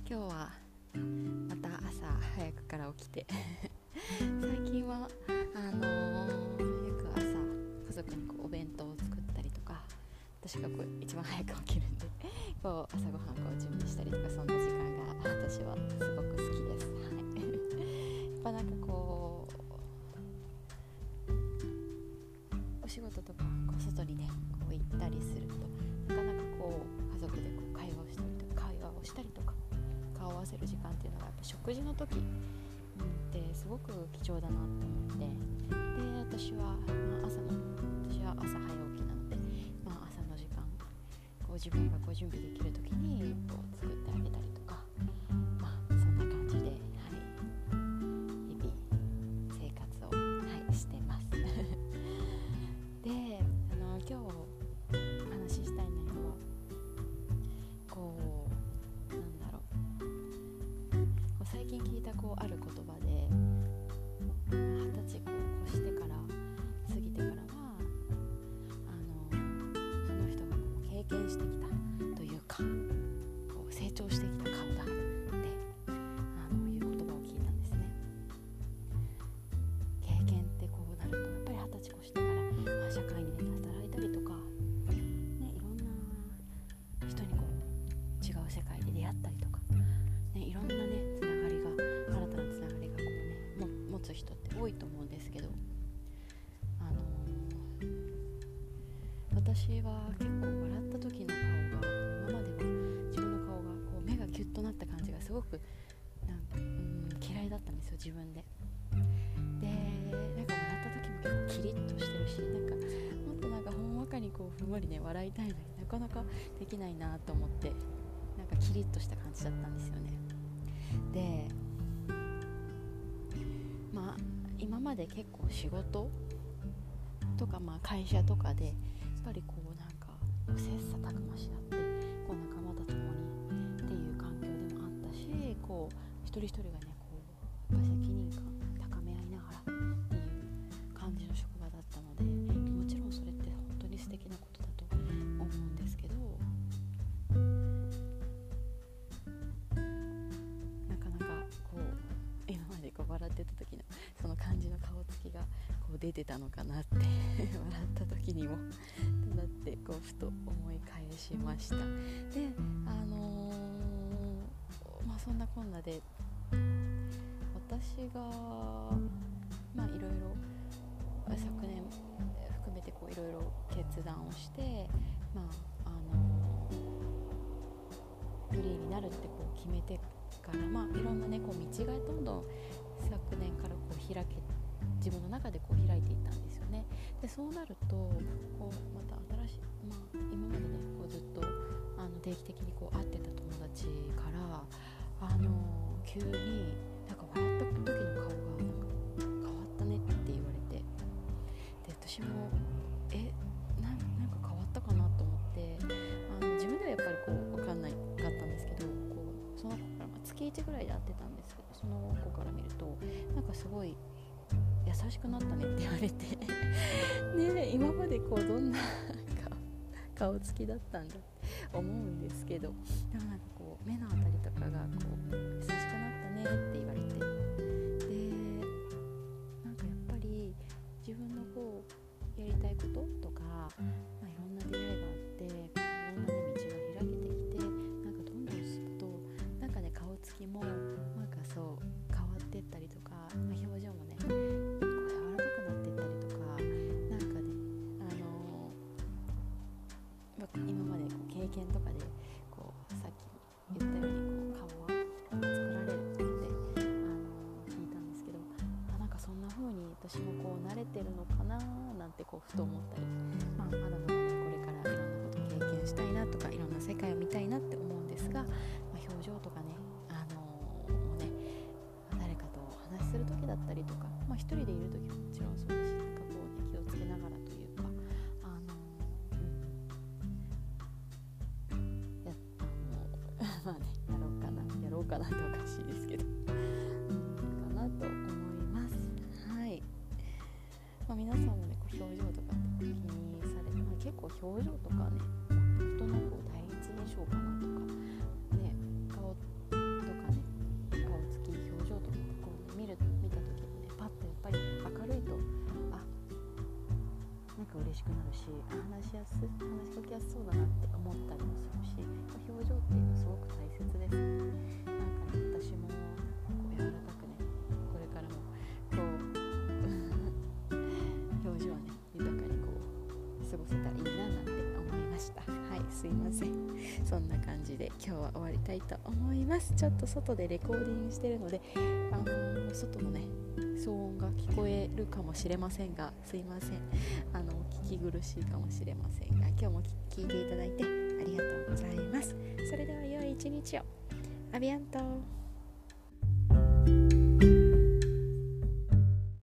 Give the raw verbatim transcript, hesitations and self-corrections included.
今日はまた朝早くから起きて最近はあのー、よく朝家族にこうお弁当を作ったりとか、私がこう一番早く起きるんでこう朝ごはんこう準備したりとか、そんな時間が私はすごく好きです。はい、やっぱなんかこうお仕事とかこう外にねこう行ったりすると、なかなかこう家族でこう会話をしたりとか会話をしたりとか顔を合わせる時間っていうのがやっぱ食事の時ってすごく貴重だなと思って、で私は、まあ、朝の私は朝早起きなので、まあ、朝の時間こう自分がこう準備できる時にこう作ってあげたりとか、まあそんな感じで、はい、日々生活を、はい、してますで、あの今日お話ししたい内容はこうなんだろう、最近聞いたこうある言葉で、二十歳こう越してから過ぎてからはあのその人がこう経験してきたというか、こう成長してきた顔だってあのいう言葉を聞いたんですね。経験ってこうなるとやっぱり二十歳越してから、まあ、社会に出て働いたりとか、ね、いろんな人にこう違う世界で出会ったりとか、ね、いろんなねつながりが新たなつながりがこう、ね、も持つ人って多いと思うんですけど、あのー、私は結構笑った時の顔が今までは自分の顔がこう目がギュッとなった感じがすごくなんかうん嫌いだったんですよ、自分で。でなんか笑った時も結構キリッとしてるし、なんかもっとなんかほんわかにこうふんわりね笑いたいのになかなかできないなと思って、なんかキリッとした感じだったんですよね。でまあ今まで結構仕事とか、まあ会社とかでやっぱりこうなんか切磋琢磨し合ってこう仲間と共にっていう環境でもあったし、こう一人一人がねこうやっぱ責任感高め合いながらっていう感じの職場だったので、もちろんそれって本当に素敵なことだと思うんですけど、なかなかこう今までこう笑ってた時のその感じの顔つきがこう出てたのかなって笑った時にもだってこうふと思い返しました。であのー、まあそんなこんなで私がまあいろいろ昨年含めてこういろいろ決断をして、まああのー、フリーになるってこう決めてから、まあいろんなねこう道がどんどん昨年からこう開け自分の中でこう開いていったんですよね。でそうなるとこうまた新しい、まあ、今までねこうずっとあの定期的にこう会ってた友達からあの急になんか笑った時の顔がなんか変わったねって言われて、で私もえななんか変わったかなと思って、あの自分ではやっぱりこう分かんないかったんですけど、こうその子から、まあ、月いちぐらいで会ってたんですけど、その子から見るとなんかすごい優しくなったねって言われてね、今までこうどんな顔つきだったんだって思うんですけど、でもなんかこう目のあたりとかがこう優しくなったねって言われて、でなんかやっぱり自分のこうやりたいこととか、まあ、いろんな出会いがあっていろんな、ね、道が開けてきて、なんかどんどんするとなんかね顔つきもなんかそう変わってったりとか、まあ、表情もねこう柔らかくなってったりとか、なんかねあのーまあ、今までこう経験とかでこうさっき言ったようにこう顔は作られるって、あのー、聞いたんですけど、あなんかそんな風に私もこう慣れてるのかななんてこうふと思ったり、まあ、まだまだねこれからいろんなこと経験したいなとかいろんな世界を見たいなって思うんですが、まあ、表情とかね、あのー、もうね誰かとお話しする時だったりとか、まあ、一人でいる時ももちろんそうだし、なんかこうね気をつけながらというか、あのーうん、やあのー、まあねやろうかなやろうかなっておかしいですけどうんかなと思います。はい、まあ、皆さんもねこう表情とかって気にされて、まあ、結構表情とかね人のこう第一印象かなとかね、顔とすいません。そんな感じで今日は終わりたいと思います。ちょっと外でレコーディングしてるので、あのー、外のね騒音が聞こえるかもしれませんが、すいません。あの聞き苦しいかもしれませんが、今日も聞いていただいてありがとうございます。それでは良い一日を。アビアント。